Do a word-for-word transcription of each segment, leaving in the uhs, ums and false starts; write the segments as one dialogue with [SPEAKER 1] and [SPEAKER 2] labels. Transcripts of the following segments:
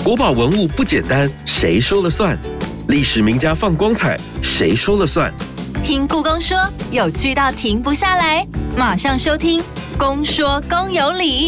[SPEAKER 1] 国宝文物不简单，谁说了算？历史名家放光彩，谁说了算？
[SPEAKER 2] 听故宫说，有趣到停不下来，马上收听《公说公有理》。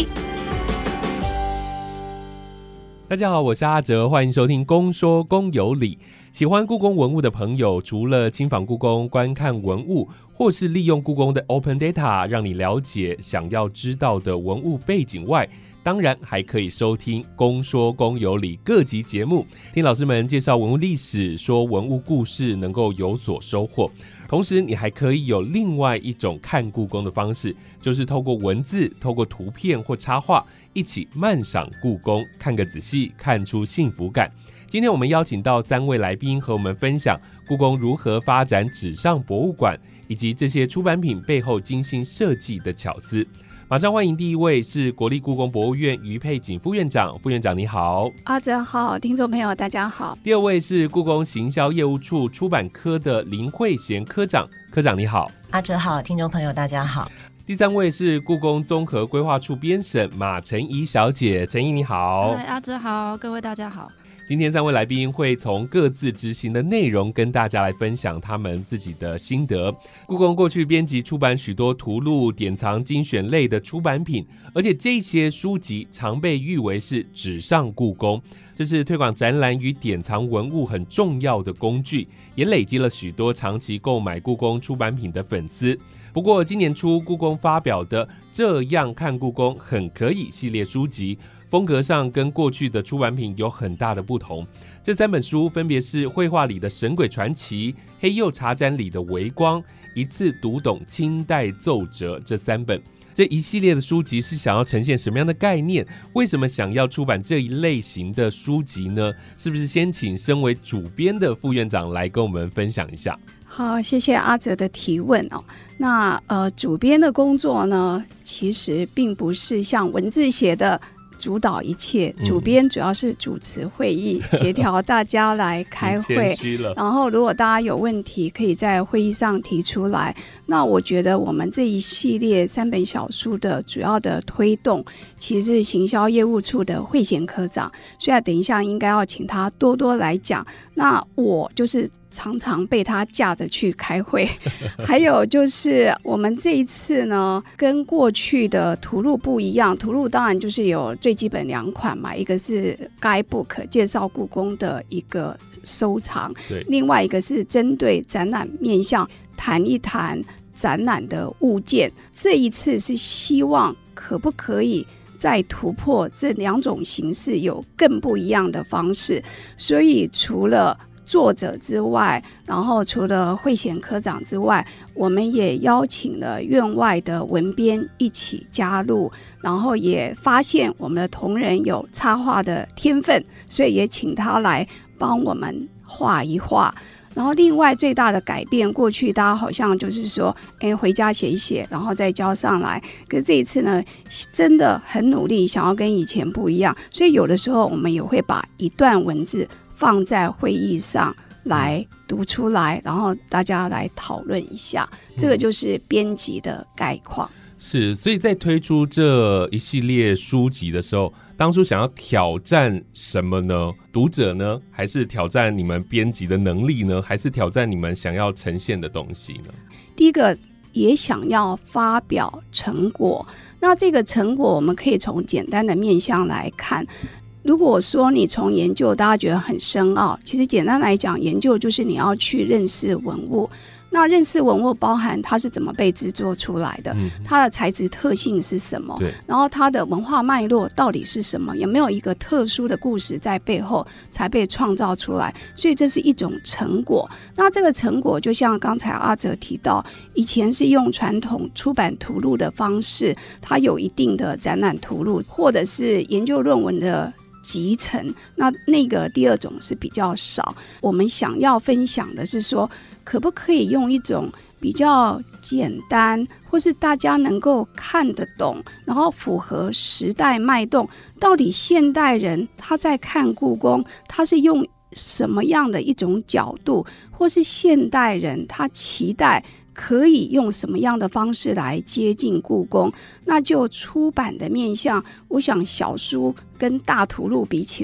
[SPEAKER 3] 大家好，我是阿哲，欢迎收听《公说公有理》。喜欢故宫文物的朋友，除了亲访故宫、观看文物，或是利用故宫的 Open Data 让你了解想要知道的文物背景外，当然还可以收听《公说公有理》各集节目，听老师们介绍文物历史，说文物故事，能够有所收获。同时你还可以有另外一种看故宫的方式，就是透过文字、透过图片或插画，一起慢赏故宫，看个仔细，看出幸福感。今天我们邀请到三位来宾和我们分享故宫如何发展纸上博物馆，以及这些出版品背后精心设计的巧思。马上欢迎第一位是国立故宫博物院于佩瑾副院长，副院长你好。
[SPEAKER 4] 阿哲好，听众朋友大家好。
[SPEAKER 3] 第二位是故宫行销业务处出版科的林慧贤科长，科长你好。
[SPEAKER 5] 阿哲好，听众朋友大家好。
[SPEAKER 3] 第三位是故宫综合规划处编审马晨怡小姐，晨怡你好。
[SPEAKER 6] 嗨，阿哲好，各位大家好。
[SPEAKER 3] 今天三位来宾会从各自执行的内容跟大家来分享他们自己的心得。故宫过去编辑出版许多图录、典藏、精选类的出版品，而且这些书籍常被誉为是纸上故宫，这是推广展览与典藏文物很重要的工具，也累积了许多长期购买故宫出版品的粉丝。不过今年初故宫发表的《这样看故宫很可以》系列书籍，风格上跟过去的出版品有很大的不同。这三本书分别是绘画里的《神鬼传奇》、黑釉茶盏里的《微光》、一次读懂清代奏折这三本。这一系列的书籍是想要呈现什么样的概念？为什么想要出版这一类型的书籍呢？是不是先请身为主编的副院长来跟我们分享一下？
[SPEAKER 4] 好，谢谢阿哲的提问哦。那呃，主编的工作呢，其实并不是像文字写的主导一切，主编主要是主持会议，嗯、协调大家来开会。然后，如果大家有问题，可以在会议上提出来。那我觉得我们这一系列三本小书的主要的推动，其实是行销业务处的慧贤科长，所以等一下应该要请他多多来讲。那我就是常常被他架着去开会。还有就是我们这一次呢，跟过去的图录不一样，图录当然就是有最基本两款嘛，一个是 Guidebook 介绍故宫的一个收藏，另外一个是针对展览面向谈一谈展览的物件。这一次是希望可不可以再突破这两种形式，有更不一样的方式。所以除了作者之外，然后除了慧贤科长之外，我们也邀请了院外的文编一起加入，然后也发现我们的同仁有插画的天分，所以也请他来帮我们画一画。然后另外最大的改变，过去大家好像就是说哎，回家写一写然后再交上来，可是这一次呢真的很努力，想要跟以前不一样，所以有的时候我们也会把一段文字放在会议上来读出来，然后大家来讨论一下，这个就是编辑的概况。
[SPEAKER 3] 是，所以在推出这一系列书籍的时候，当初想要挑战什么呢？读者呢？还是挑战你们编辑的能力呢？还是挑战你们想要呈现的东西呢？
[SPEAKER 4] 第一个也想要发表成果，那这个成果我们可以从简单的面向来看。如果说你从研究大家觉得很深奥，其实简单来讲，研究就是你要去认识文物。那认识文物包含它是怎么被制作出来的、嗯、它的材质特性是什么，然后它的文化脉络到底是什么，有没有一个特殊的故事在背后才被创造出来，所以这是一种成果。那这个成果就像刚才阿哲提到，以前是用传统出版图录的方式，它有一定的展览图录或者是研究论文的集成，那那个第二种是比较少。我们想要分享的是说，可不可以用一种比较简单或是大家能够看得懂，然后符合时代脉动，到底现代人他在看故宫他是用什么样的一种角度，或是现代人他期待可以用什么样的方式来接近故宫。那就出版的面向，我想小书跟大图录比起来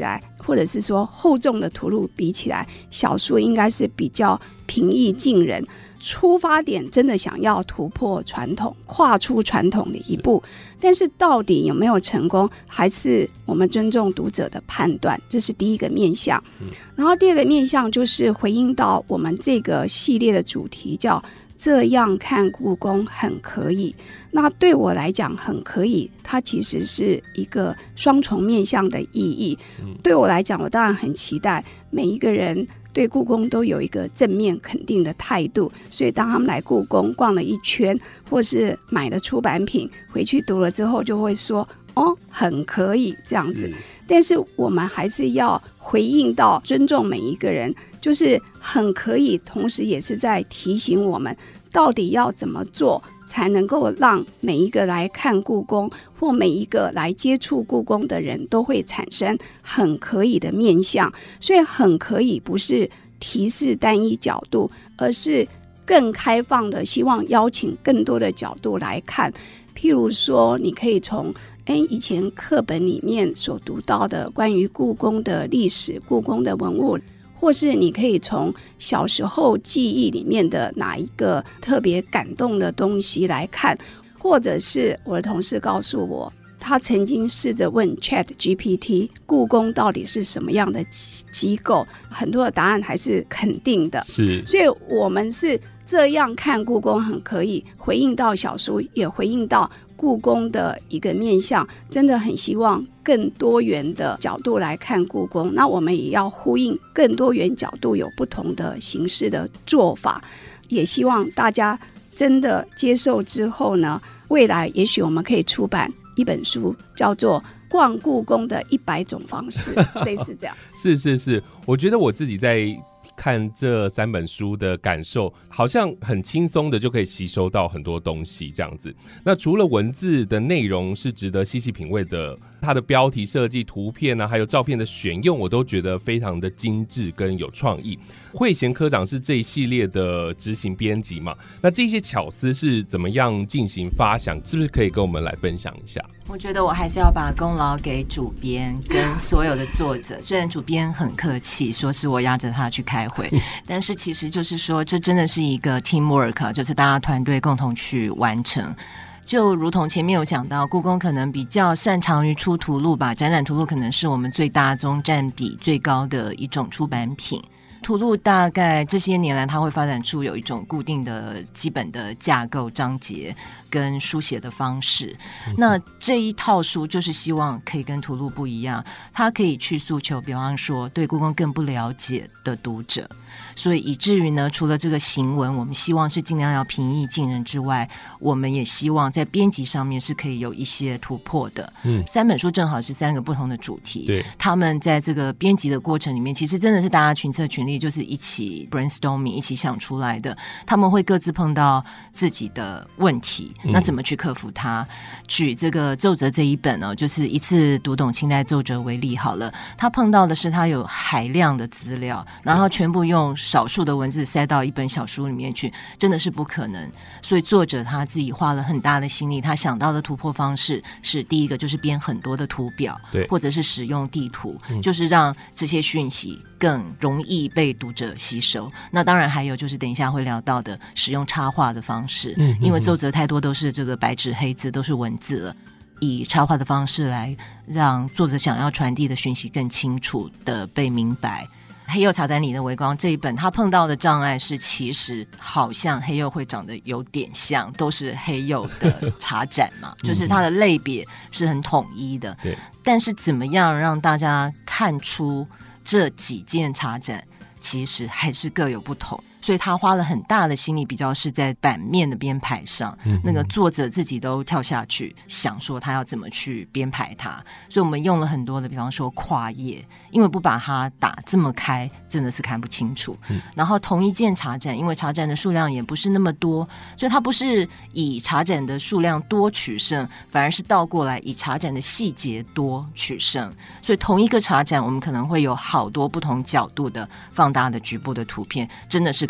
[SPEAKER 4] 或者是说厚重的图录比起来，小书应该是比较平易近人，出发点真的想要突破传统，跨出传统的一步，但是到底有没有成功，还是我们尊重读者的判断，这是第一个面向。嗯、然后第二个面向就是回应到我们这个系列的主题，叫这样看故宫很可以。那对我来讲很可以，它其实是一个双重面向的意义。嗯、对我来讲，我当然很期待每一个人对故宫都有一个正面肯定的态度，所以当他们来故宫逛了一圈，或是买了出版品回去读了之后，就会说哦，很可以这样子。但是我们还是要回应到尊重每一个人，就是很可以，同时也是在提醒我们到底要怎么做才能够让每一个来看故宫或每一个来接触故宫的人都会产生很可以的面向。所以很可以不是提示单一角度，而是更开放的，希望邀请更多的角度来看。譬如说你可以从哎，以前课本里面所读到的关于故宫的历史、故宫的文物，或是你可以从小时候记忆里面的哪一个特别感动的东西来看，或者是我的同事告诉我，他曾经试着问 Chat G P T 故宫到底是什么样的机构，很多的答案还是肯定的。是，所以我们是这样看故宫很可以，回应到小书，也回应到故宫的一个面向，真的很希望更多元的角度来看故宫。那我们也要呼应更多元角度有不同的形式的做法，也希望大家真的接受之后呢，未来也许我们可以出版一本书，叫做逛故宫的一百种方式类似这样。
[SPEAKER 3] 是是是，我觉得我自己在看这三本书的感受，好像很轻松的就可以吸收到很多东西这样子。那除了文字的内容是值得细细品味的，它的标题设计、图片啊，还有照片的选用，我都觉得非常的精致跟有创意。慧贤科长是这一系列的执行编辑嘛，那这些巧思是怎么样进行发想，是不是可以跟我们来分享一下？
[SPEAKER 5] 我觉得我还是要把功劳给主编跟所有的作者，虽然主编很客气说是我压着他去开会，但是其实就是说这真的是一个 teamwork， 就是大家团队共同去完成。就如同前面有讲到，故宫可能比较擅长于出图录吧，展览图录可能是我们最大宗占比最高的一种出版品。图录大概这些年来它会发展出有一种固定的基本的架构、章节跟书写的方式，那这一套书就是希望可以跟图录不一样，它可以去诉求比方说对故宫更不了解的读者，所以以至于呢，除了这个行文我们希望是尽量要平易近人之外，我们也希望在编辑上面是可以有一些突破的。嗯，三本书正好是三个不同的主题，对，他们在这个编辑的过程里面，其实真的是大家群策群力，就是一起 brainstorming 一起想出来的。他们会各自碰到自己的问题，那怎么去克服它？举这个奏折这一本呢、哦，就是一次读懂清代奏折为例好了，他碰到的是他有海量的资料，然后全部用少数的文字塞到一本小书里面去，真的是不可能。所以作者他自己花了很大的心力，他想到的突破方式是第一个就是编很多的图表，对，或者是使用地图、嗯、就是让这些讯息更容易被读者吸收。那当然还有就是等一下会聊到的使用插画的方式、嗯、因为奏折太多都是这个白纸黑字，都是文字了，以插画的方式来让作者想要传递的讯息更清楚的被明白。黑釉茶展里的微光这一本，他碰到的障碍是其实好像黑釉会长得有点像，都是黑釉的茶展嘛就是它的类别是很统一的，对。但是怎么样让大家看出这几件茶展其实还是各有不同，所以他花了很大的心力，比较是在版面的编排上、嗯、那个作者自己都跳下去想说他要怎么去编排它，所以我们用了很多的比方说跨页，因为不把它打这么开真的是看不清楚、嗯、然后同一件茶展，因为茶展的数量也不是那么多，所以它不是以茶展的数量多取胜，反而是倒过来以茶展的细节多取胜。所以同一个茶展我们可能会有好多不同角度的放大的局部的图片，真的是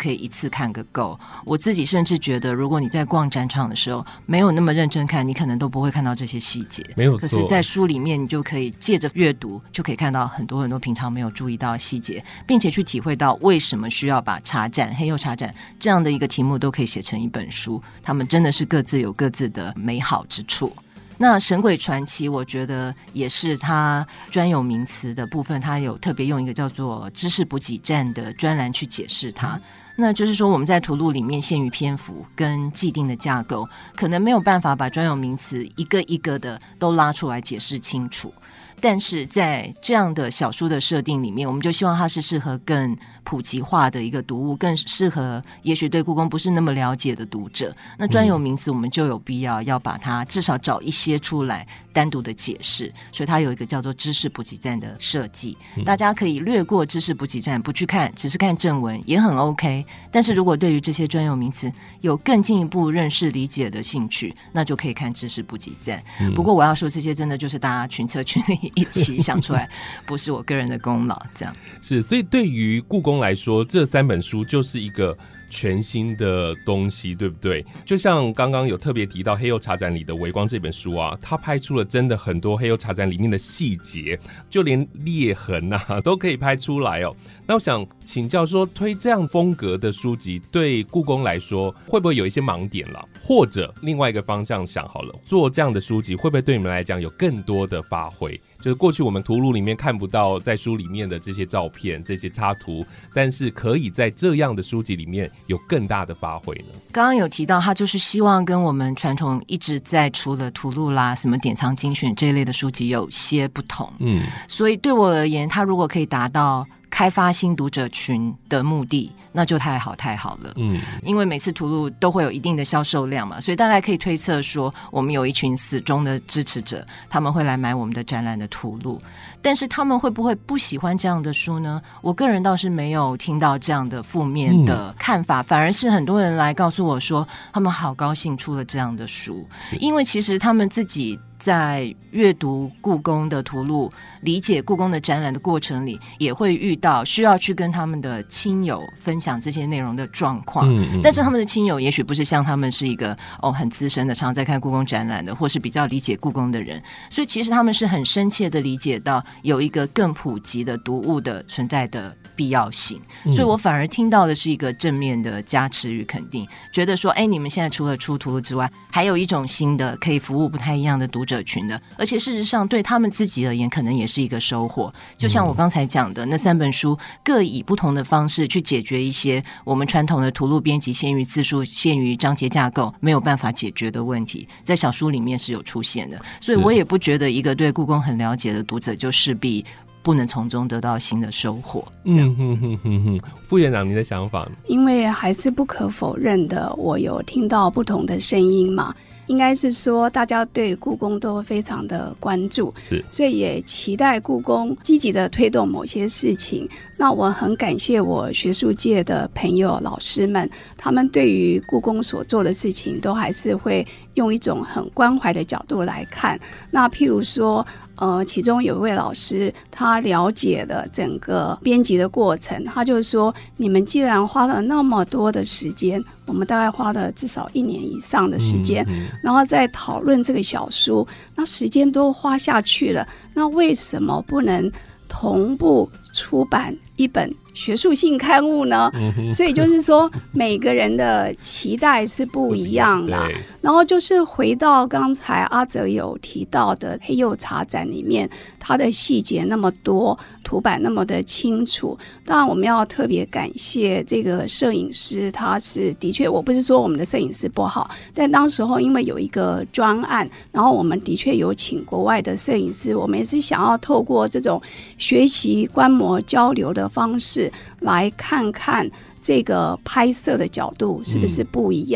[SPEAKER 5] 可以一次看个够。我自己甚至觉得，如果你在逛展场的时候没有那么认真看，你可能都不会看到这些细节。
[SPEAKER 3] 没有错。
[SPEAKER 5] 可是在书里面，你就可以借着阅读，就可以看到很多很多平常没有注意到的细节，并且去体会到为什么需要把茶展、黑釉茶展这样的一个题目都可以写成一本书。他们真的是各自有各自的美好之处。那神鬼传奇我觉得也是它专有名词的部分，它有特别用一个叫做知识补给站的专栏去解释它。那就是说我们在图录里面限于篇幅跟既定的架构，可能没有办法把专有名词一个一个的都拉出来解释清楚，但是在这样的小书的设定里面，我们就希望它是适合更普及化的一个读物，更适合也许对故宫不是那么了解的读者。那专有名词我们就有必要要把它至少找一些出来单独的解释，所以它有一个叫做知识补给站的设计。大家可以略过知识补给站不去看，只是看正文也很 OK， 但是如果对于这些专有名词有更进一步认识理解的兴趣，那就可以看知识补给站。不过我要说这些真的就是大家群策群力一起想出来，不是我个人的功劳。这样
[SPEAKER 3] 是，所以对于故宫来说，这三本书就是一个全新的东西，对不对？就像刚刚有特别提到黑釉茶展里的微光这本书啊，它拍出了真的很多黑釉茶展里面的细节，就连裂痕啊都可以拍出来哦。那我想请教说，推这样风格的书籍对故宫来说会不会有一些盲点了？或者另外一个方向想好了，做这样的书籍会不会对你们来讲有更多的发挥？就是过去我们图录里面看不到在书里面的这些照片、这些插图，但是可以在这样的书籍里面有更大的发挥呢？
[SPEAKER 5] 刚刚有提到，他就是希望跟我们传统一直在出的图录啦、什么典藏精选这一类的书籍有些不同。嗯，所以对我而言，他如果可以达到开发新读者群的目的，那就太好太好了。嗯，因为每次图录都会有一定的销售量嘛，所以大概可以推测说，我们有一群死忠的支持者，他们会来买我们的展览的图录。但是他们会不会不喜欢这样的书呢？我个人倒是没有听到这样的负面的看法，嗯、反而是很多人来告诉我说，他们好高兴出了这样的书，因为其实他们自己在阅读故宫的图录、理解故宫的展览的过程里，也会遇到需要去跟他们的亲友分享这些内容的状况。嗯嗯，但是他们的亲友也许不是像他们是一个哦很资深的，常在看故宫展览的，或是比较理解故宫的人，所以其实他们是很深切的理解到有一个更普及的读物的存在的必要性，所以我反而听到的是一个正面的加持与肯定，觉得说哎，你们现在除了出图录之外，还有一种新的可以服务不太一样的读者群的，而且事实上对他们自己而言可能也是一个收获。就像我刚才讲的，那三本书各以不同的方式去解决一些我们传统的图录编辑限于字数、限于章节架构没有办法解决的问题，在小书里面是有出现的，所以我也不觉得一个对故宫很了解的读者就势必不能从中得到新的收获。这样，嗯哼
[SPEAKER 3] 哼哼哼，副院长，你的想法呢？
[SPEAKER 4] 因为还是不可否认的，我有听到不同的声音嘛。应该是说大家对故宫都非常的关注，是，所以也期待故宫积极的推动某些事情。那我很感谢我学术界的朋友老师们，他们对于故宫所做的事情都还是会用一种很关怀的角度来看。那譬如说呃，其中有一位老师，他了解了整个编辑的过程，他就说，你们既然花了那么多的时间，我们大概花了至少一年以上的时间、嗯嗯、然后再讨论这个小书，那时间都花下去了，那为什么不能同步出版一本学术性刊物呢？嗯、所以就是说每个人的期待是不一样的。然后就是回到刚才阿哲有提到的黑釉茶展里面，它的细节那么多，图版那么的清楚，当然我们要特别感谢这个摄影师，他是的确，我不是说我们的摄影师不好，但当时候因为有一个专案，然后我们的确有请国外的摄影师，我们也是想要透过这种学习观摩交流的方式来看看这个拍摄的角度是不是不一样、嗯、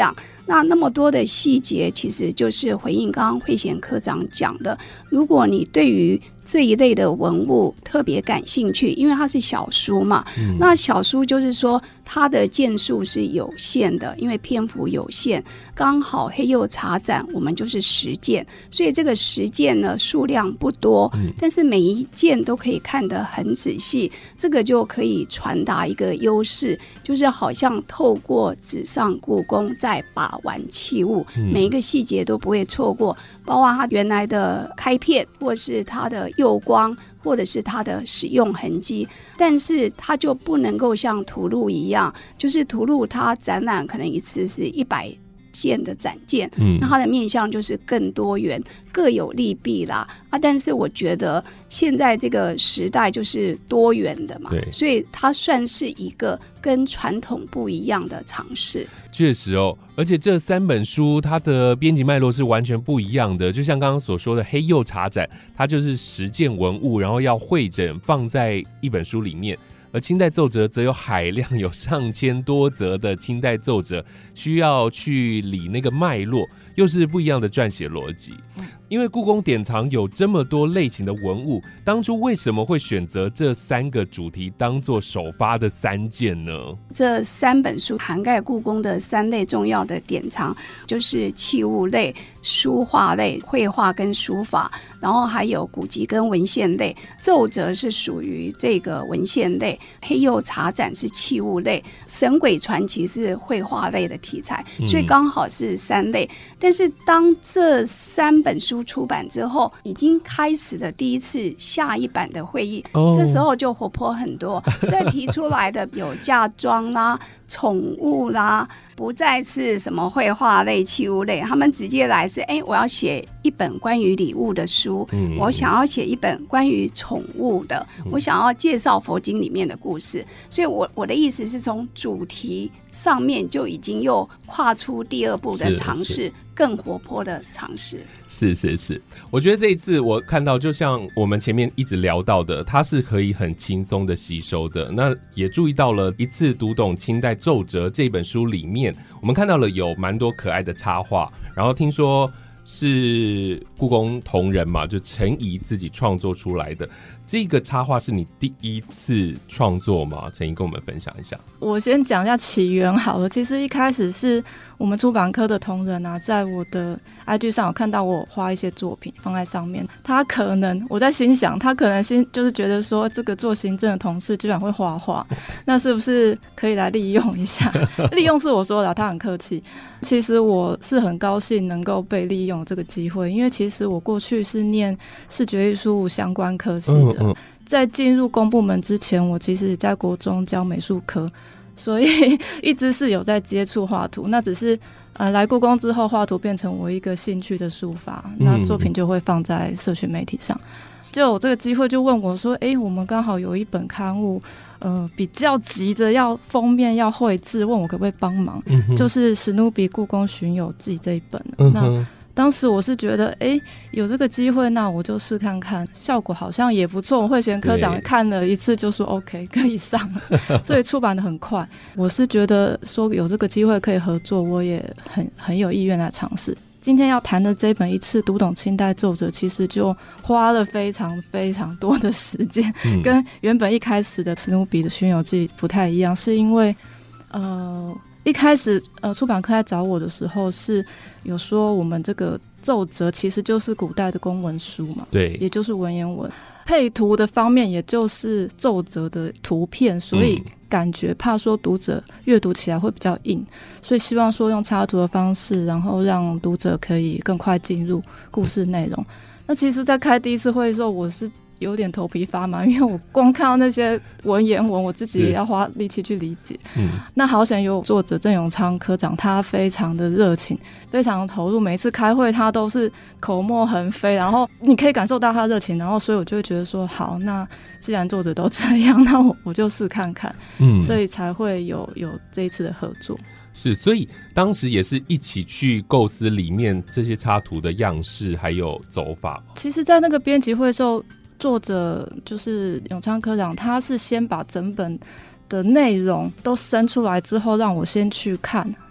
[SPEAKER 4] 那那么多的细节，其实就是回应刚刚慧贤科长讲的，如果你对于这一类的文物特别感兴趣，因为它是小书嘛、嗯、那小书就是说它的件数是有限的，因为篇幅有限，刚好黑釉茶展我们就是十件，所以这个十件呢数量不多、嗯、但是每一件都可以看得很仔细，这个就可以传达一个优势，就是好像透过纸上故宫在把玩器物、嗯、每一个细节都不会错过，包括它原来的开片或是它的釉光或者是它的使用痕迹，但是它就不能够像图录一样，就是图录它展览可能一次是一百件的展件、嗯、那它的面向就是更多元，各有利弊啦啊！但是我觉得现在这个时代就是多元的嘛，所以它算是一个跟传统不一样的尝试。
[SPEAKER 3] 确实哦，而且这三本书它的编辑脉络是完全不一样的，就像刚刚所说的黑釉茶展，它就是十件文物，然后要汇整放在一本书里面。而清代奏折则有海量有上千多则的清代奏折，需要去理那个脉络，又是不一样的撰写逻辑。因为故宫典藏有这么多类型的文物，当初为什么会选择这三个主题当作首发的三件呢？
[SPEAKER 4] 这三本书涵盖故宫的三类重要的典藏，就是器物类、书画类、绘画跟书法，然后还有古籍跟文献类。奏折是属于这个文献类，黑釉茶展是器物类，神鬼传奇是绘画类的题材，所以刚好是三类、嗯、但是当这三本书出版之后，已经开始了第一次下一版的会议、哦、这时候就活泼很多，这提出来的有嫁妆啦、宠物啦，不再是什么绘画类、器物类，他们直接来是哎，我要写一本关于礼物的书、嗯、我想要写一本关于宠物的、嗯、我想要介绍佛经里面的故事，所以我我的意思是从主题上面就已经又跨出第二步的尝试，更活泼的尝试。
[SPEAKER 3] 是是是，我觉得这一次我看到，就像我们前面一直聊到的，它是可以很轻松的吸收的。那也注意到了一次读懂清代奏折这本书里面，我们看到了有蛮多可爱的插画，然后听说是故宫同仁嘛，就陈怡自己创作出来的。这个插画是你第一次创作吗？陈怡跟我们分享一下。
[SPEAKER 6] 我先讲一下起源好了。其实一开始是我们出版科的同仁啊，在我的 I G 上有看到我画一些作品放在上面，他可能我在心想，他可能心就是觉得说，这个做行政的同事居然会画画，那是不是可以来利用一下？利用是我说的，他很客气。其实我是很高兴能够被利用这个机会，因为其实我过去是念视觉艺术相关科系的。嗯嗯，在进入公部门之前，我其实在国中教美术科，所以一直是有在接触画图。那只是呃来故宫之后，画图变成我一个兴趣的抒发，那作品就会放在社群媒体上。就有这个机会就问我说，哎，我们刚好有一本刊物呃，比较急着要封面要绘制，问我可不可以帮忙、嗯、就是史努比故宫巡游记这一本、嗯、那当时我是觉得哎，有这个机会那我就试看看，效果好像也不错，慧贤科长看了一次就说 OK 可以上了所以出版的很快。我是觉得说有这个机会可以合作，我也很很有意愿来尝试。今天要谈的这本一次读懂清代奏折，其实就花了非常非常多的时间、嗯、跟原本一开始的史努比的巡游记不太一样，是因为呃一开始呃出版科在找我的时候是有说我们这个奏折其实就是古代的公文书嘛，对，也就是文言文，配图的方面也就是奏折的图片，所以感觉怕说读者阅读起来会比较硬，所以希望说用插图的方式，然后让读者可以更快进入故事内容。那其实在开第一次会的时候，我是有点头皮发麻，因为我光看到那些文言文，我自己也要花力气去理解。嗯，那好险有作者郑永昌科长，他非常的热情，非常投入，每一次开会他都是口沫横飞，然后你可以感受到他的热情，然后所以我就会觉得说，好，那既然作者都这样，那我我就试看看。嗯，所以才会有有这一次的合作。
[SPEAKER 3] 是，所以当时也是一起去构思里面这些插图的样式还有走法。
[SPEAKER 6] 其实在那个编辑会的时候，作者就是永昌科长，他是先把整本的内容都生出来之后让我先去看，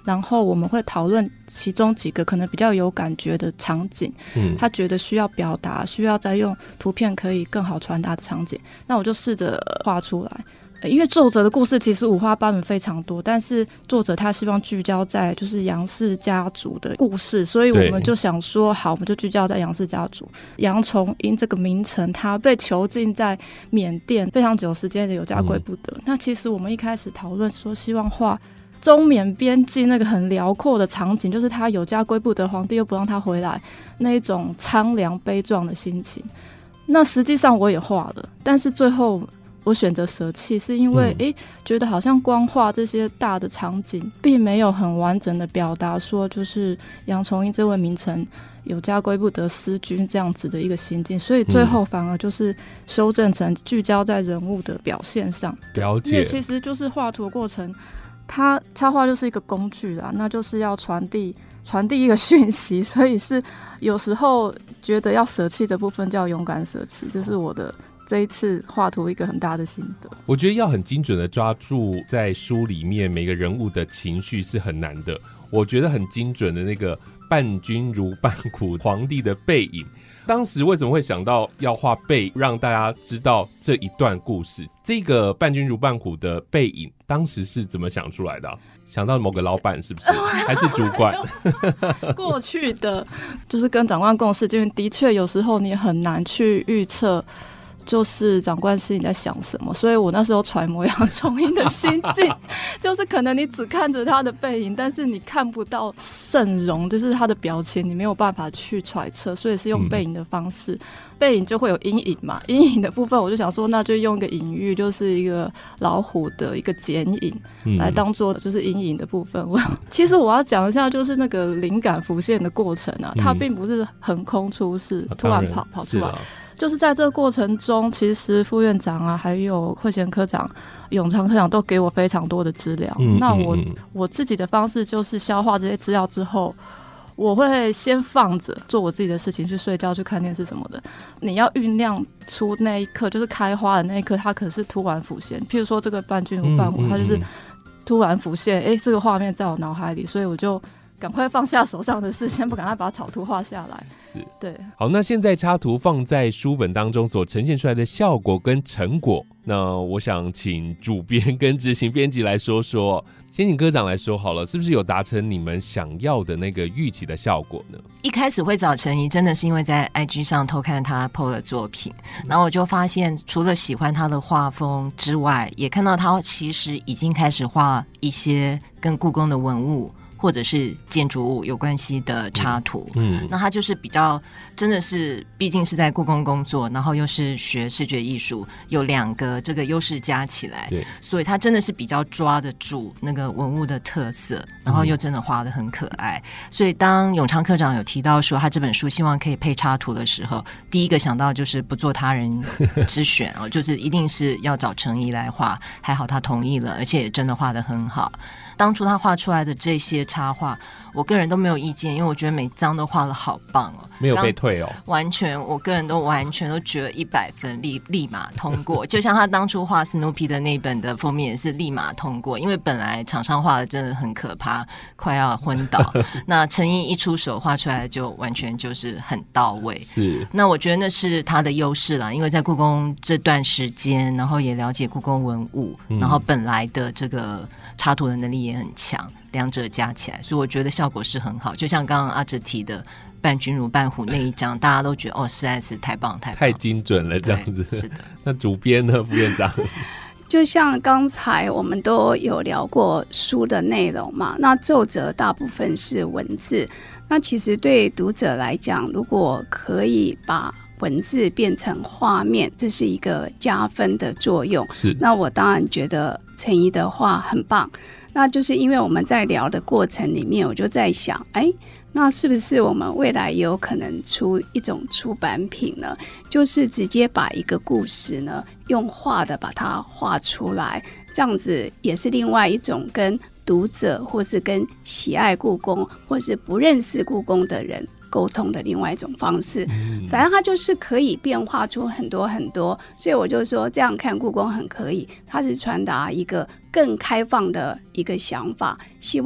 [SPEAKER 6] 然后我们会讨论其中几个可能比较有感觉的场景，嗯，他觉得需要表达，需要再用图片可以更好传达的场景，那我就试着画出来。因为作者的故事其实五花八门非常多，但是作者他希望聚焦在就是杨氏家族的故事，所以我们就想说好，我们就聚焦在杨氏家族。杨崇英这个名臣他被囚禁在缅甸非常久时间的有家归不得、嗯、那其实我们一开始讨论说希望画中缅边境那个很辽阔的场景，就是他有家归不得，皇帝又不让他回来，那一种苍凉悲壮的心情。那实际上我也画了，但是最后我选择舍弃，是因为、嗯、诶觉得好像光画这些大的场景并没有很完整的表达说就是杨崇英这位名臣有家归不得思君这样子的一个心境，所以最后反而就是修正成聚焦在人物的表现上。
[SPEAKER 3] 了解，
[SPEAKER 6] 因为其实就是画图的过程，它插画就是一个工具啦，那就是要传递传递一个讯息，所以是有时候觉得要舍弃的部分就要勇敢舍弃，这是我的这一次画图一个很大的心得。
[SPEAKER 3] 我觉得要很精准的抓住在书里面每个人物的情绪是很难的。我觉得很精准的那个伴君如伴虎皇帝的背影，当时为什么会想到要画背，让大家知道这一段故事？这个伴君如伴虎的背影当时是怎么想出来的、啊？想到某个老板是不是？还是主管？
[SPEAKER 6] 过去的就是跟长官共事，因为的确有时候你很难去预测就是长官心里在想什么，所以我那时候揣摩杨崇英的心境就是可能你只看着他的背影，但是你看不到圣容，就是他的表情你没有办法去揣测，所以是用背影的方式、嗯、背影就会有阴影嘛，阴影的部分我就想说那就用一个隐喻，就是一个老虎的一个剪影、嗯、来当做就是阴影的部分。我其实我要讲一下就是那个灵感浮现的过程啊，它并不是横空出世、嗯、突然跑跑出来，就是在这个过程中，其实副院长啊，还有慧贤科长、永昌科长都给我非常多的资料。嗯、那我、嗯、我自己的方式就是消化这些资料之后，我会先放着做我自己的事情，去睡觉、去看电视什么的。你要酝酿出那一刻，就是开花的那一刻，它可是突然浮现。譬如说这个伴君如伴虎，它就是突然浮现，哎、欸，这个画面在我脑海里，所以我就赶快放下手上的事，先不赶快把草图画下来。
[SPEAKER 3] 是，
[SPEAKER 6] 对。
[SPEAKER 3] 好，那现在插图放在书本当中所呈现出来的效果跟成果，那我想请主编跟执行编辑来说说。先请科长来说好了，是不是有达成你们想要的那个预期的效果呢？
[SPEAKER 5] 一开始会找陈怡真的是因为在 I G 上偷看他 P O 的作品，然后我就发现除了喜欢他的画风之外，也看到他其实已经开始画一些跟故宫的文物或者是建筑物有关系的插图。嗯，那他就是比较真的是毕竟是在故宫工作，然后又是学视觉艺术，有两个这个优势加起来，对，所以他真的是比较抓得住那个文物的特色，然后又真的画得很可爱、嗯、所以当永昌科长有提到说他这本书希望可以配插图的时候，第一个想到就是不做他人之选哦，就是一定是要找程怡来画，还好他同意了，而且也真的画得很好。当初他画出来的这些插画我个人都没有意见，因为我觉得每张都画得好棒哦，
[SPEAKER 3] 没有被退哦，
[SPEAKER 5] 完全我个人都完全都觉得一百分，立立马通过。就像他当初画史努比的那本的封面也是立马通过，因为本来厂商画的真的很可怕，快要昏倒那陈毅一出手画出来就完全就是很到位，是，那我觉得那是他的优势啦，因为在故宫这段时间，然后也了解故宫文物、嗯、然后本来的这个插图的能力也很强，两者加起来，所以我觉得效果是很好。就像刚刚阿哲提的伴君如伴虎那一张，大家都觉得哦，实在是太棒太棒，
[SPEAKER 3] 太精准了，这样子。
[SPEAKER 5] 是的。
[SPEAKER 3] 那主编呢，副院长？
[SPEAKER 4] 就像刚才我们都有聊过书的内容嘛，那奏折大部分是文字，那其实对读者来讲，如果可以把文字变成画面，这是一个加分的作用。是，那我当然觉得陈怡的画很棒。那就是因为我们在聊的过程里面，我就在想，哎，那是不是我们未来也有可能出一种出版品呢？就是直接把一个故事呢，用画的把它画出来，这样子也是另外一种跟读者或是跟喜爱故宫或是不认识故宫的人沟通的另外一种方式、嗯、反正它就是可以变化出很多很多，所以我就说这样看故宫很可以，它是传达一个更开放的一个想法，希望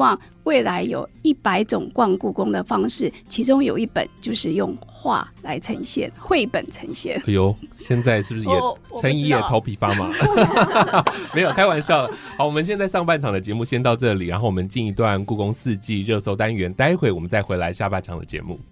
[SPEAKER 4] 未来有一百种逛故宫的方式，其中有一本就是用画来呈现，绘本呈现。
[SPEAKER 3] 哎呦，现在是不是也陈怡也头皮发麻？没有，开玩笑。好，我们现在上半场的节目先到这里，然后我们进一段故宫四季热搜单元，待会我们再回来下半场的节目。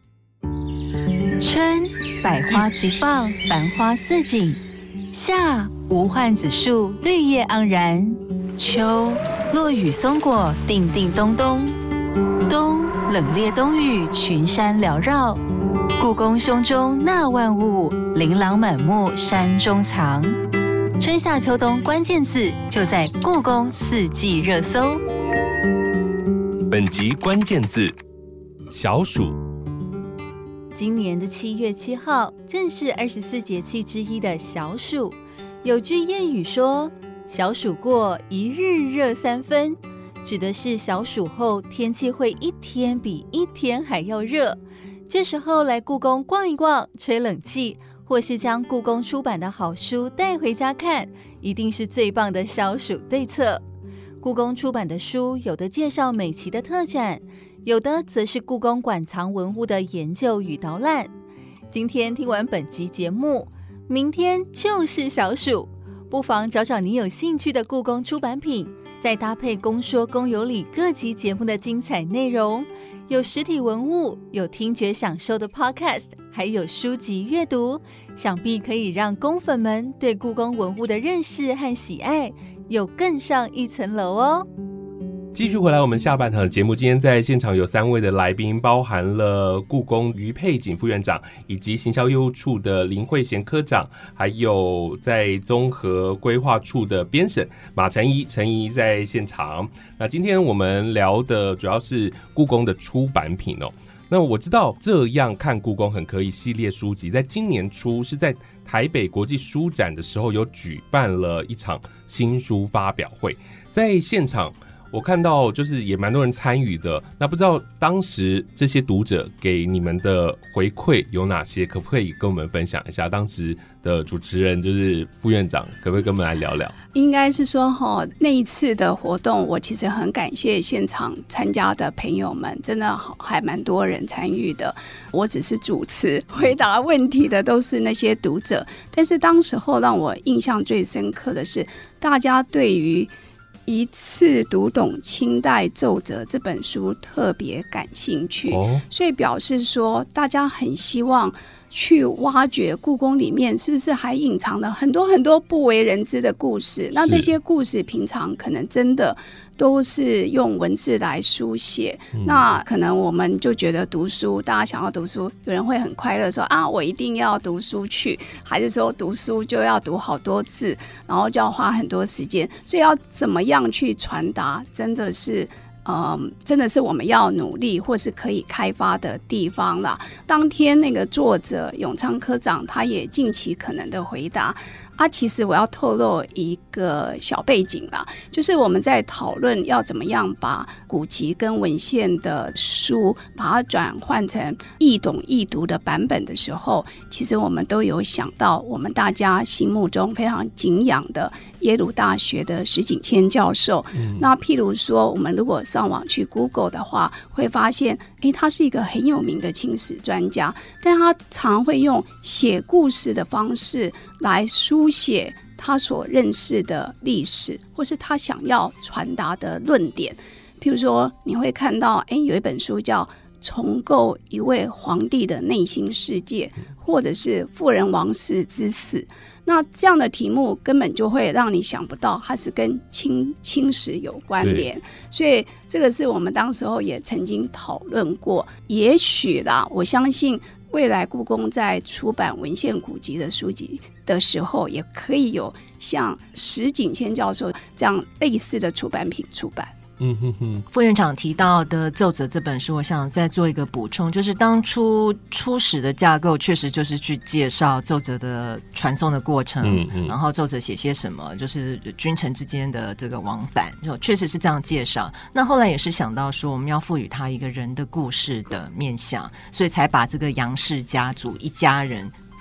[SPEAKER 2] 春，百花齐放，繁花似锦；夏，无患子树，绿叶盎然；秋，落雨松果，叮叮咚咚；冬，冷冽冬雨，群山缭绕。故宫胸中纳万物，琳琅满目山中藏。春夏秋冬关键字就在故宫四季热搜。
[SPEAKER 3] 本集关键字：小暑。
[SPEAKER 2] 今年的七月七号正是二十四节气之一的小暑。有句谚语说：“小暑过，一日热三分”，指的是小暑后天气会一天比一天还要热。这时候来故宫逛一逛，吹冷气，或是将故宫出版的好书带回家看，一定是最棒的消暑对策。故宫出版的书，有的介绍每期的特展，有的则是故宫馆藏文物的研究与导览。今天听完本集节目，明天就是小暑，不妨找找你有兴趣的故宫出版品，再搭配公说公有理各集节目的精彩内容，有实体文物，有听觉享受的 podcast， 还有书籍阅读，想必可以让宫粉们对故宫文物的认识和喜爱有更上一层楼哦。
[SPEAKER 3] 继续回来我们下半场的节目，今天在现场有三位的来宾，包含了故宫于佩锦副院长，以及行销业务处的林慧贤科长，还有在综合规划处的编审马陈怡，陈怡在现场。那今天我们聊的主要是故宫的出版品哦。那我知道这样看故宫很可以系列书籍，在今年初是在台北国际书展的时候有举办了一场新书发表会，在现场我看到就是也蛮多人参与的，那不知道当时这些读者给你们的回馈有哪些，可不可以跟我们分享一下？当时的主持人就是副院长，可不可以跟我们来聊聊？
[SPEAKER 4] 应该是说哈，那一次的活动，我其实很感谢现场参加的朋友们，真的还蛮多人参与的。我只是主持，回答问题的都是那些读者。但是当时候让我印象最深刻的是，大家对于一次读懂清代奏折这本书特别感兴趣、哦、所以表示说大家很希望去挖掘故宫里面是不是还隐藏了很多很多不为人知的故事，那这些故事平常可能真的都是用文字来书写、嗯、那可能我们就觉得读书，大家想要读书，有人会很快乐说啊我一定要读书去，还是说读书就要读好多字，然后就要花很多时间，所以要怎么样去传达真的是嗯，真的是我们要努力或是可以开发的地方啦。当天那个作者永昌科长他也尽其可能的回答啊，其实我要透露一个小背景啦，就是我们在讨论要怎么样把古籍跟文献的书把它转换成易懂易读的版本的时候，其实我们都有想到我们大家心目中非常敬仰的耶鲁大学的石景谦教授、嗯、那譬如说我们如果上网去 Google 的话，会发现诶他是一个很有名的清史专家，但他常会用写故事的方式来书写他所认识的历史，或是他想要传达的论点。譬如说你会看到诶有一本书叫重构一位皇帝的内心世界，或者是妇人王氏之死，那这样的题目根本就会让你想不到它是跟 清, 清史有关联，所以这个是我们当时候也曾经讨论过。也许啦，我相信未来故宫在出版文献古籍的书籍的时候，也可以有像石景谦教授这样类似的出版品出版。
[SPEAKER 5] 嗯哼哼，副院长提到的奏折这本书，我想再做一个补充，就是当初初始的架构确实就是去介绍奏折的传送的过程，嗯嗯，然后奏折写些什么，就是君臣之间的这个往返，就确实是这样介绍。那后来也是想到说，我们要赋予他一个人的故事的面向，所以才把这个杨氏家族一家人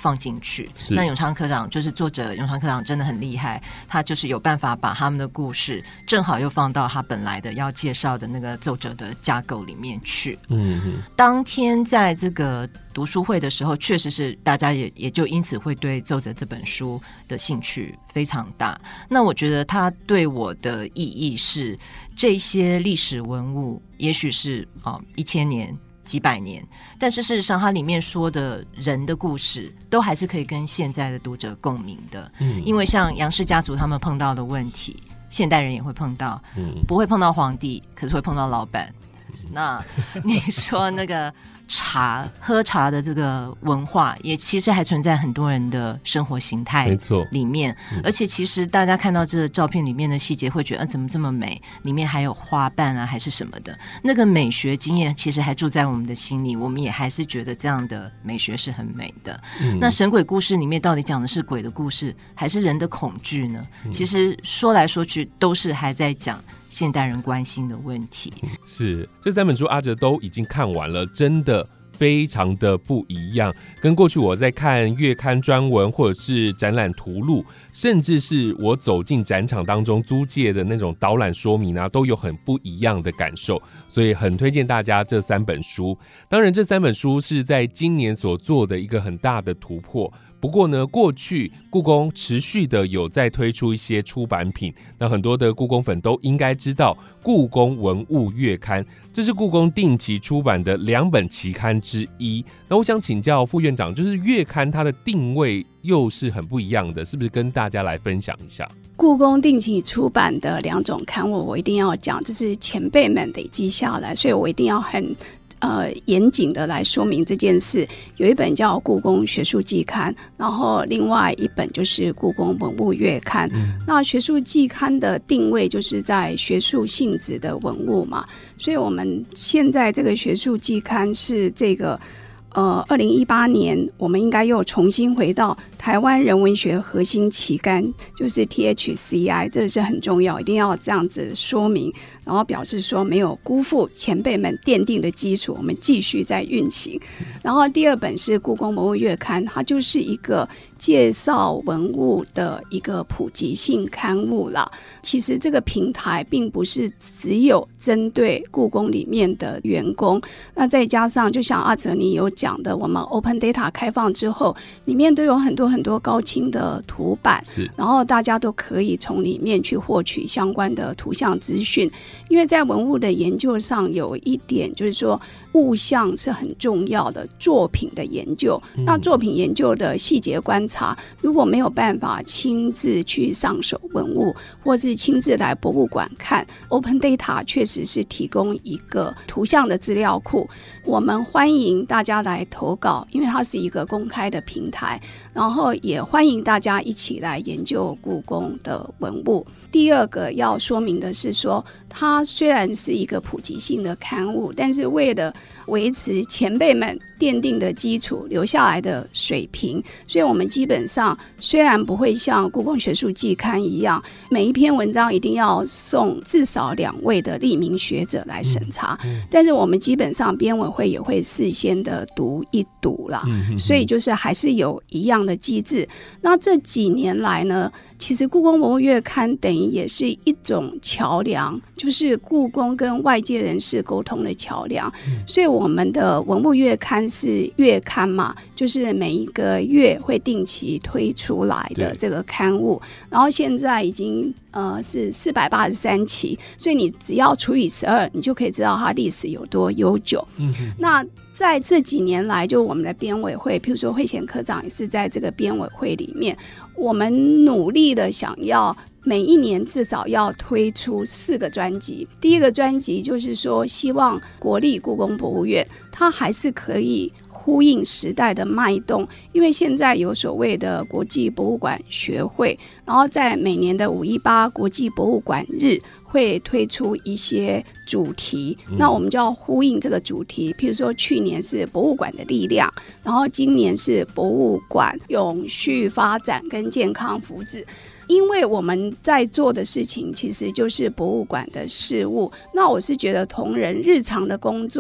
[SPEAKER 5] 放进去。那永昌科长就是作者永昌科长真的很厉害，他就是有办法把他们的故事正好又放到他本来的要介绍的那个奏折的架构里面去。嗯哼，当天在这个读书会的时候，确实是大家也也就因此会对奏折这本书的兴趣非常大。那我觉得它对我的意义是，这些历史文物也许是啊一千年几百年，但是事实上它里面说的人的故事都还是可以跟现在的读者共鸣的。嗯，因为像杨氏家族他们碰到的问题，现代人也会碰到。嗯，不会碰到皇帝，可是会碰到老板。那你说那个茶喝茶的这个文化也其实还存在很多人的生活形态里面，没错、嗯、而且其实大家看到这个照片里面的细节会觉得、啊、怎么这么美，里面还有花瓣啊还是什么的，那个美学经验其实还住在我们的心里，我们也还是觉得这样的美学是很美的、嗯、那神鬼故事里面到底讲的是鬼的故事还是人的恐惧呢、嗯、其实说来说去都是还在讲现代人关心的问题。
[SPEAKER 3] 是，这三本书阿哲都已经看完了，真的非常的不一样，跟过去我在看月刊专文或者是展览图录，甚至是我走进展场当中租借的那种导览说明啊，都有很不一样的感受，所以很推荐大家这三本书。当然这三本书是在今年所做的一个很大的突破，不过呢，过去故宫持续的有在推出一些出版品，那很多的故宫粉都应该知道故宫文物月刊，这是故宫定期出版的两本期刊之一。那我想请教副院长，就是月刊它的定位又是很不一样的，是不是跟大家来分享一下？
[SPEAKER 4] 故宫定期出版的两种刊物我一定要讲，这是前辈们累积下来，所以我一定要很呃，严谨的来说明这件事。有一本叫故宫学术季刊，然后另外一本就是故宫文物月刊、嗯、那学术季刊的定位就是在学术性质的文物嘛，所以我们现在这个学术季刊是这个呃，二零一八年我们应该又重新回到台湾人文学核心期刊，就是 T H C I， 这是很重要，一定要这样子说明，然后表示说没有辜负前辈们奠定的基础，我们继续在运行。然后第二本是故宫文物月刊，它就是一个介绍文物的一个普及性刊物啦。其实这个平台并不是只有针对故宫里面的员工，那再加上就像阿哲你有讲的，我们 Open Data 开放之后，里面都有很多很多高清的图版，然后大家都可以从里面去获取相关的图像资讯。因为在文物的研究上有一点就是说物象是很重要的，作品的研究、嗯、那作品研究的细节观察如果没有办法亲自去上手文物，或是亲自来博物馆看， Open Data 确实是提供一个图像的资料库，我们欢迎大家来投稿，因为它是一个公开的平台，然后也欢迎大家一起来研究故宫的文物。第二个要说明的是说，它虽然是一个普及性的刊物，但是为了维持前辈们奠定的基础留下来的水平，所以我们基本上虽然不会像故宫学术季刊一样每一篇文章一定要送至少两位的立名学者来审查、嗯嗯、但是我们基本上编委会也会事先的读一读啦、嗯、所以就是还是有一样的机制。那这几年来呢，其实故宫文物月刊等于也是一种桥梁，就是故宫跟外界人士沟通的桥梁、嗯、所以我们的文物月刊是月刊嘛，就是每一个月会定期推出来的这个刊物，然后现在已经呃是四百八十三期，所以你只要除以十二，你就可以知道它历史有多悠久、嗯、那在这几年来，就我们的编委会，譬如说慧贤科长也是在这个编委会里面，我们努力的想要每一年至少要推出四个专辑。第一个专辑就是说希望国立故宫博物院它还是可以呼应时代的脉动，因为现在有所谓的国际博物馆学会，然后在每年的五一八国际博物馆日会推出一些主题，那我们就要呼应这个主题，譬如说去年是博物馆的力量，然后今年是博物馆永续发展跟健康福祉。因为我们在做的事情其实就是博物馆的事务，那我是觉得同仁日常的工作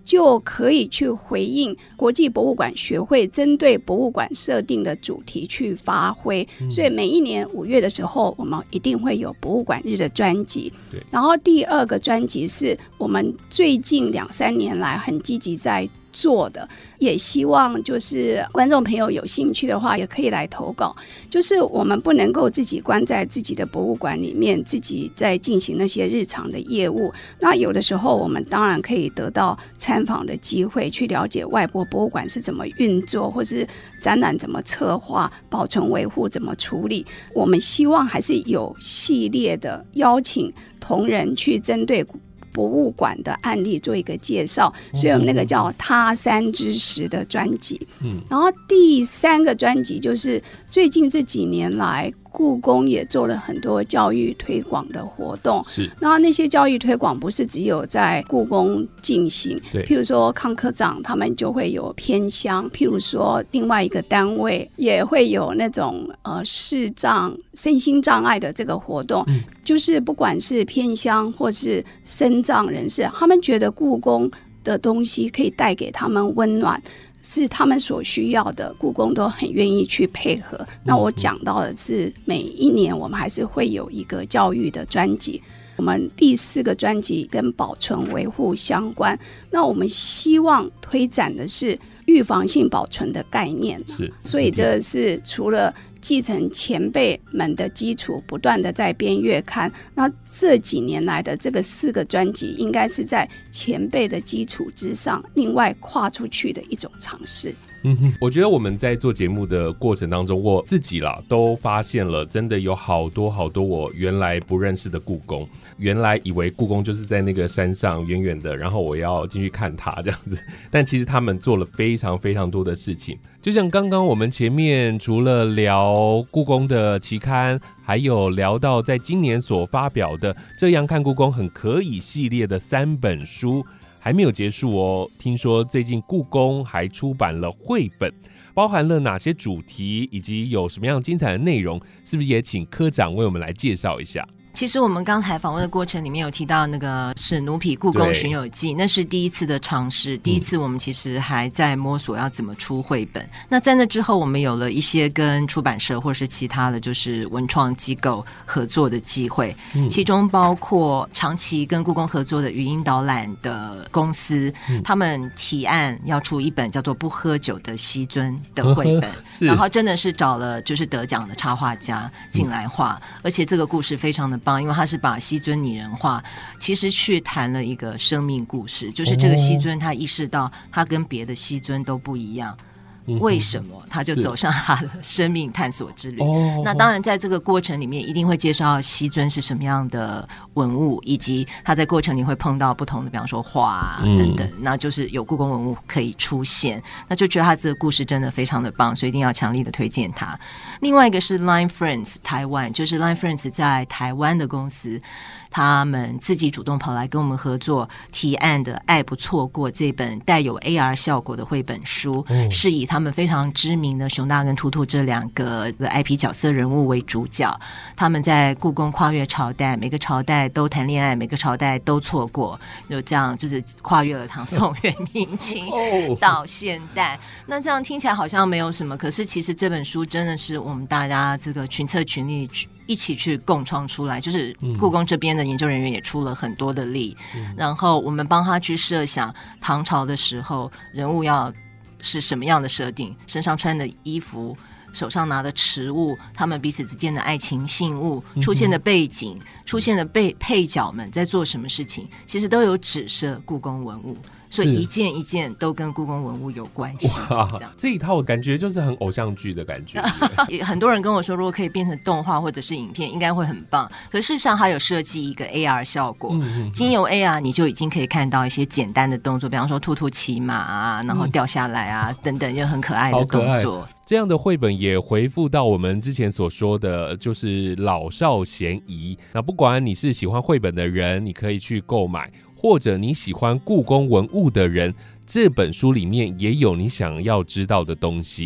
[SPEAKER 4] 就可以去回应国际博物馆学会针对博物馆设定的主题去发挥、嗯、所以每一年五月的时候我们一定会有博物馆日的专辑。然后第二个专辑是我们最近两三年来很积极在做的，也希望就是观众朋友有兴趣的话也可以来投稿。就是我们不能够自己关在自己的博物馆里面，自己在进行那些日常的业务，那有的时候我们当然可以得到参访的机会，去了解外国博物馆是怎么运作，或是展览怎么策划，保存维护怎么处理。我们希望还是有系列的邀请同仁去针对博物馆的案例做一个介绍，所以我们那个叫他山之石的专辑、嗯、然后第三个专辑就是最近这几年来故宫也做了很多教育推广的活动，是，然后那些教育推广不是只有在故宫进行，譬如说康科长他们就会有偏乡，譬如说另外一个单位也会有那种呃视障身心障碍的这个活动、嗯、就是不管是偏乡或是身障人士，他们觉得故宫的东西可以带给他们温暖，是他们所需要的，故宫都很愿意去配合。那我讲到的是每一年我们还是会有一个教育的专辑，我们第四个专辑跟保存维护相关，那我们希望推展的是预防性保存的概念，是，所以这是除了继承前辈们的基础，不断的在编阅刊，那这几年来的这个四个专辑应该是在前辈的基础之上另外跨出去的一种尝试。
[SPEAKER 3] 嗯哼，我觉得我们在做节目的过程当中，我自己啦都发现了，真的有好多好多我原来不认识的故宫，原来以为故宫就是在那个山上远远的，然后我要进去看它这样子，但其实他们做了非常非常多的事情。就像刚刚我们前面除了聊故宫的期刊，还有聊到在今年所发表的《这样看故宫很可以》系列的三本书。还没有结束哦，听说最近故宫还出版了绘本，包含了哪些主题，以及有什么样精彩的内容，是不是也请科长为我们来介绍一下？
[SPEAKER 5] 其实我们刚才访问的过程里面有提到那个史努比故宫巡游记，那是第一次的尝试，第一次我们其实还在摸索要怎么出绘本、嗯、那在那之后我们有了一些跟出版社或是其他的就是文创机构合作的机会、嗯、其中包括长期跟故宫合作的语音导览的公司、嗯、他们提案要出一本叫做不喝酒的西尊的绘本、嗯、然后真的是找了就是得奖的插画家进来画、嗯、而且这个故事非常的因为他是把西尊拟人化，其实去谈了一个生命故事，就是这个西尊他意识到他跟别的西尊都不一样，为什么他就走上他的生命探索之旅、哦、那当然在这个过程里面一定会介绍西尊是什么样的文物，以及他在过程里会碰到不同的比方说画、啊、等等、嗯、那就是有故宫文物可以出现，那就觉得他这个故事真的非常的棒，所以一定要强力的推荐他。另外一个是 Line Friends 台湾，就是 Line Friends 在台湾的公司，他们自己主动跑来跟我们合作提案的爱不错过这本带有 A R 效果的绘本书、嗯、是以他们非常知名的熊大跟图图这两个 I P 角色人物为主角，他们在故宫跨越朝代，每个朝代都谈恋爱，每个朝代都错过，就这样就是跨越了唐宋元明清到现代。那这样听起来好像没有什么，可是其实这本书真的是我们大家这个群策群力一起去共创出来，就是故宫这边的研究人员也出了很多的力、嗯、然后我们帮他去设想唐朝的时候人物要是什么样的设定，身上穿的衣服，手上拿的持物，他们彼此之间的爱情信物，出现的背景、嗯、出现的配配角们在做什么事情，其实都有指涉故宫文物，所以一件一件都跟故宫文物有关系。
[SPEAKER 3] 这, 这一套感觉就是很偶像剧的感觉
[SPEAKER 5] 很多人跟我说如果可以变成动画或者是影片应该会很棒，可是事实上它有设计一个 A R 效果、嗯、经由 A R 你就已经可以看到一些简单的动作，比方说兔兔骑马啊，然后掉下来啊、嗯、等等，就很可爱的动作。
[SPEAKER 3] 这样的绘本也回复到我们之前所说的就是老少咸宜，那不管你是喜欢绘本的人你可以去购买，或者你喜欢故宫文物的人，这本书里面也有你想要知道的东西。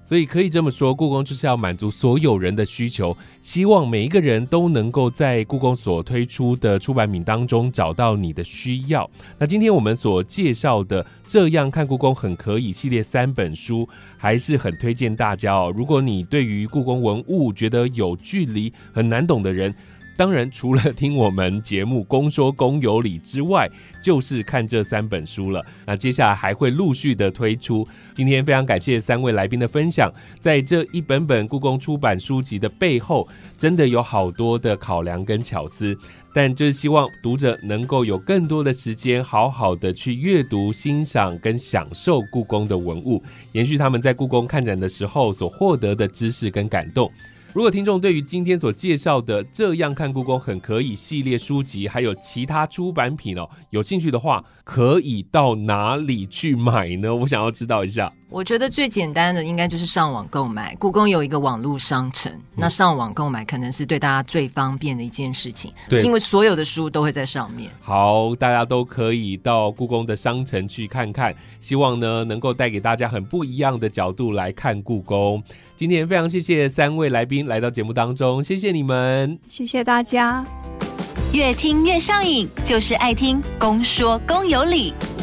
[SPEAKER 3] 所以可以这么说，故宫就是要满足所有人的需求，希望每一个人都能够在故宫所推出的出版品当中找到你的需要。那今天我们所介绍的《这样看故宫很可以》系列三本书，还是很推荐大家哦。如果你对于故宫文物觉得有距离、很难懂的人，当然除了听我们节目公说公有理之外，就是看这三本书了。那接下来还会陆续的推出。今天非常感谢三位来宾的分享，在这一本本故宫出版书籍的背后，真的有好多的考量跟巧思，但就是希望读者能够有更多的时间好好的去阅读、欣赏跟享受故宫的文物，延续他们在故宫看展的时候所获得的知识跟感动。如果听众对于今天所介绍的《这样看故宫很可以》系列书籍还有其他出版品哦有兴趣的话，可以到哪里去买呢？我想要知道一下。
[SPEAKER 5] 我觉得最简单的应该就是上网购买，故宫有一个网络商城，嗯、那上网购买可能是对大家最方便的一件事情，对，因为所有的书都会在上面。
[SPEAKER 3] 好，大家都可以到故宫的商城去看看，希望呢能够带给大家很不一样的角度来看故宫。今天非常谢谢三位来宾来到节目当中，谢谢你们，
[SPEAKER 4] 谢谢大家。
[SPEAKER 2] 越听越上瘾，就是爱听公说公有理。